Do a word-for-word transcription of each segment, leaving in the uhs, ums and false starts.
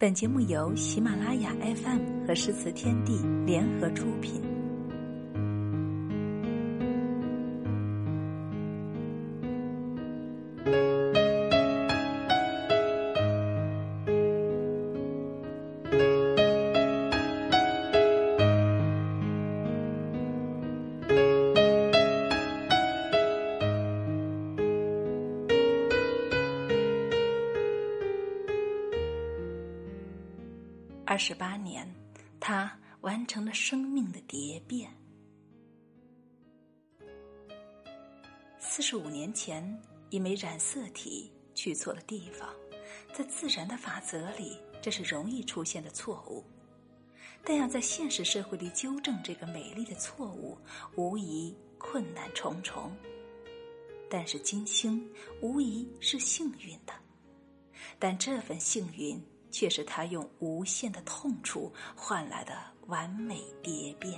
本节目由喜马拉雅 F M 和诗词天地联合出品。二十八年，他完成了生命的蝶变。四十五年前，因为染色体去错了地方，在自然的法则里，这是容易出现的错误。但要在现实社会里纠正这个美丽的错误，无疑困难重重。但是金星无疑是幸运的，但这份幸运却是他用无限的痛楚换来的完美蝶变。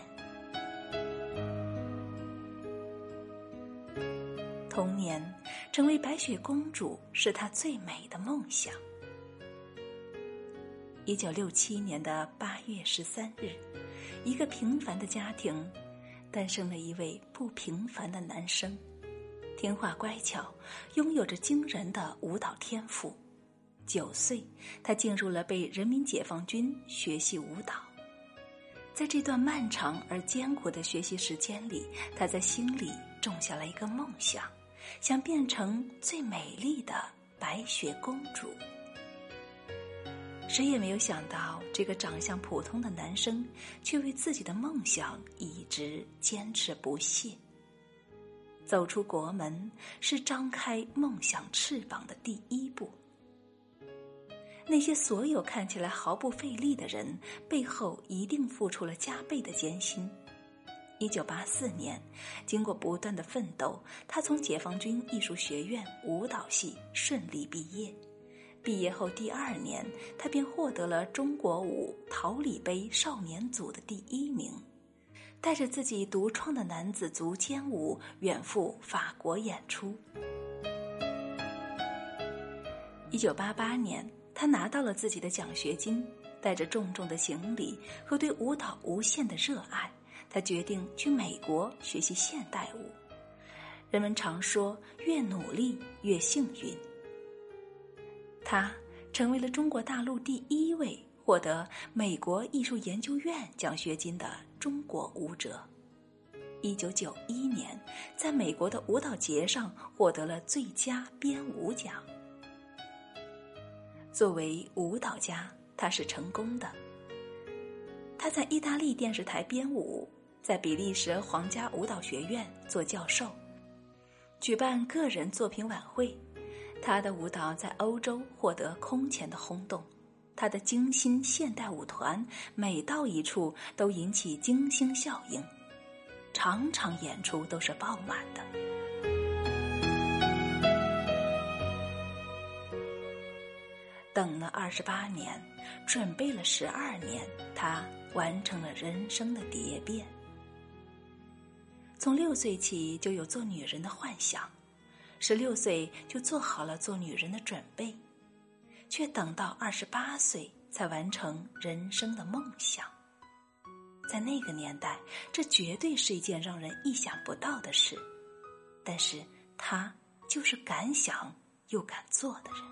童年成为白雪公主是他最美的梦想。一九六七年的八月十三日，一个平凡的家庭诞生了一位不平凡的男生，听话乖巧，拥有着惊人的舞蹈天赋。九岁，他进入了被人民解放军学习舞蹈。在这段漫长而艰苦的学习时间里，他在心里种下了一个梦想，想变成最美丽的白雪公主。谁也没有想到，这个长相普通的男生却为自己的梦想一直坚持不懈。走出国门是张开梦想翅膀的第一步。那些所有看起来毫不费力的人，背后一定付出了加倍的艰辛。一九八四年，经过不断的奋斗，他从解放军艺术学院舞蹈系顺利毕业。毕业后第二年，他便获得了中国舞桃李杯少年组的第一名，带着自己独创的男子足尖舞远赴法国演出。一九八八年，他拿到了自己的奖学金，带着重重的行李和对舞蹈无限的热爱，他决定去美国学习现代舞。人们常说，越努力越幸运。他成为了中国大陆第一位获得美国艺术研究院奖学金的中国舞者。一九九一年，在美国的舞蹈节上获得了最佳编舞奖。作为舞蹈家，他是成功的。他在意大利电视台编舞，在比利时皇家舞蹈学院做教授，举办个人作品晚会。他的舞蹈在欧洲获得空前的轰动，他的精心现代舞团每到一处都引起惊星效应，场场演出都是爆满的。等了二十八年，准备了十二年，他完成了人生的蝶变。从六岁起就有做女人的幻想，十六岁就做好了做女人的准备，却等到二十八岁才完成人生的梦想。在那个年代，这绝对是一件让人意想不到的事，但是他就是敢想又敢做的人。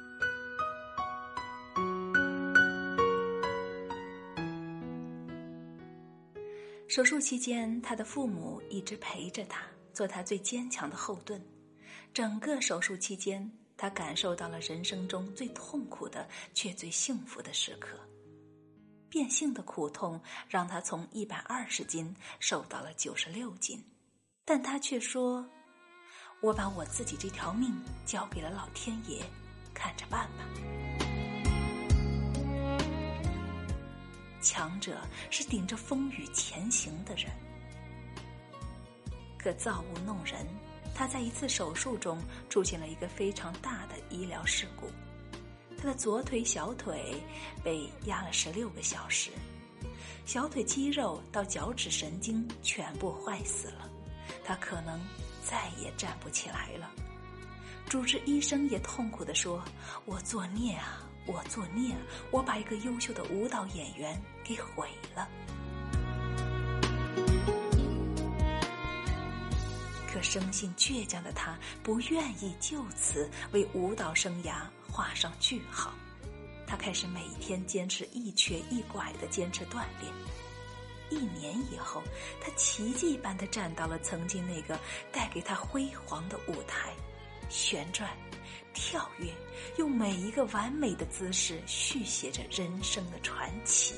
手术期间，他的父母一直陪着他，做他最坚强的后盾。整个手术期间，他感受到了人生中最痛苦的却最幸福的时刻。变性的苦痛让他从一百二十斤瘦到了九十六斤，但他却说，我把我自己这条命交给了老天爷，看着办吧。强者是顶着风雨前行的人。可造物弄人，他在一次手术中出现了一个非常大的医疗事故，他的左腿小腿被压了十六个小时，小腿肌肉到脚趾神经全部坏死了，他可能再也站不起来了。主治医生也痛苦地说，我作孽啊， 我作孽，我把一个优秀的舞蹈演员给毁了。可生性倔强的他不愿意就此为舞蹈生涯画上句号，他开始每天坚持一瘸一拐地坚持锻炼。一年以后，他奇迹般地站到了曾经那个带给他辉煌的舞台，旋转跳跃，用每一个完美的姿势续写着人生的传奇。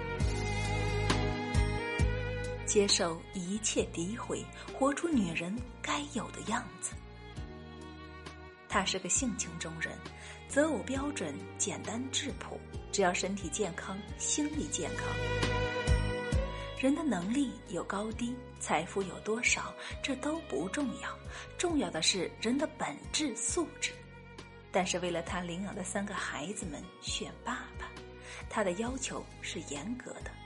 接受一切诋毁，活出女人该有的样子。他是个性情中人，择偶标准简单质朴，只要身体健康，心理健康。人的能力有高低，财富有多少，这都不重要，重要的是人的本质素质。但是为了他领养的三个孩子们选爸爸，他的要求是严格的。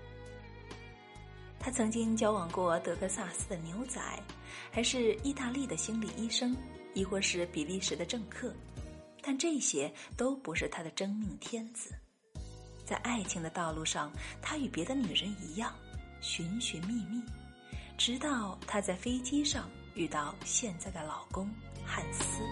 他曾经交往过德克萨斯的牛仔，还是意大利的心理医生，亦或是比利时的政客，但这些都不是他的真命天子。在爱情的道路上，他与别的女人一样寻寻觅觅，直到他在飞机上遇到现在的老公汉斯。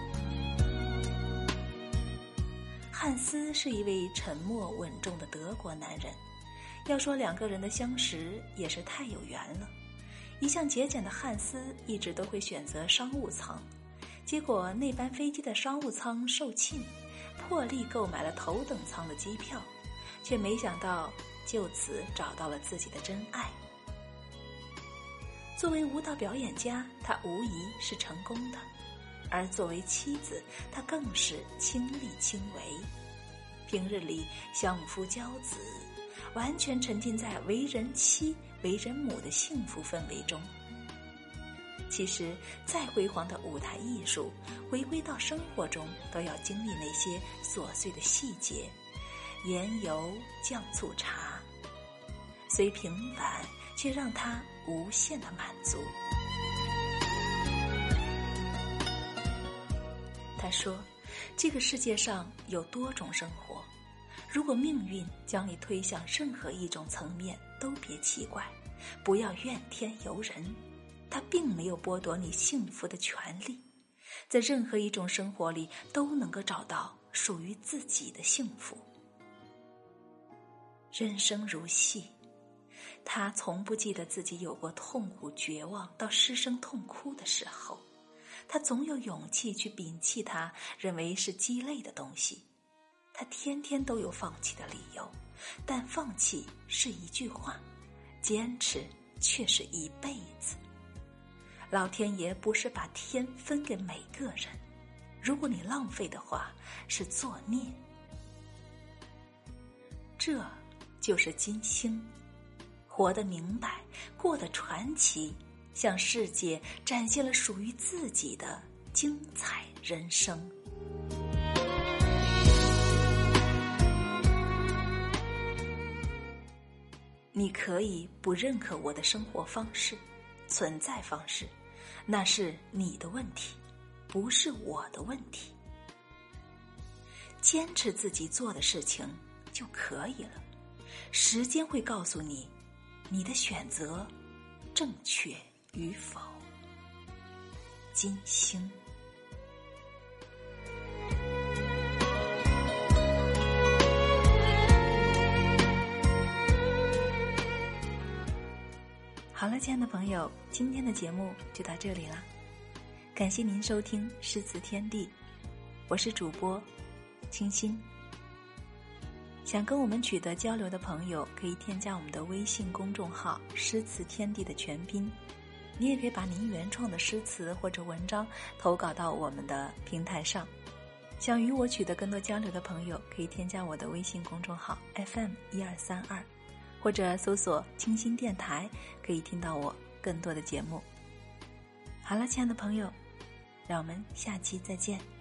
汉斯是一位沉默稳重的德国男人，要说两个人的相识也是太有缘了。一向节俭的汉斯一直都会选择商务舱，结果那班飞机的商务舱售罄，破例购买了头等舱的机票，却没想到就此找到了自己的真爱。作为舞蹈表演家，他无疑是成功的，而作为妻子，他更是亲力亲为。平日里相夫教子，完全沉浸在为人妻为人母的幸福氛围中。其实再辉煌的舞台艺术，回归到生活中都要经历那些琐碎的细节，盐油酱醋茶，虽平凡却让他无限的满足。他说，这个世界上有多种生活，如果命运将你推向任何一种层面，都别奇怪，不要怨天尤人，它并没有剥夺你幸福的权利，在任何一种生活里都能够找到属于自己的幸福。人生如戏，他从不记得自己有过痛苦绝望到失声痛哭的时候，他总有勇气去摒弃他认为是鸡肋的东西。他天天都有放弃的理由，但放弃是一句话，坚持却是一辈子。老天爷不是把天分给每个人，如果你浪费的话，是作孽。这就是金星，活得明白，过得传奇，向世界展现了属于自己的精彩人生。你可以不认可我的生活方式、存在方式，那是你的问题，不是我的问题。坚持自己做的事情就可以了，时间会告诉你，你的选择正确与否。金星。好了，亲爱的朋友，今天的节目就到这里了，感谢您收听诗词天地，我是主播清新。想跟我们取得交流的朋友，可以添加我们的微信公众号诗词天地的全拼，你也可以把您原创的诗词或者文章投稿到我们的平台上。想与我取得更多交流的朋友，可以添加我的微信公众号 F M 一二三二，或者搜索清新电台，可以听到我更多的节目。好了，亲爱的朋友，让我们下期再见。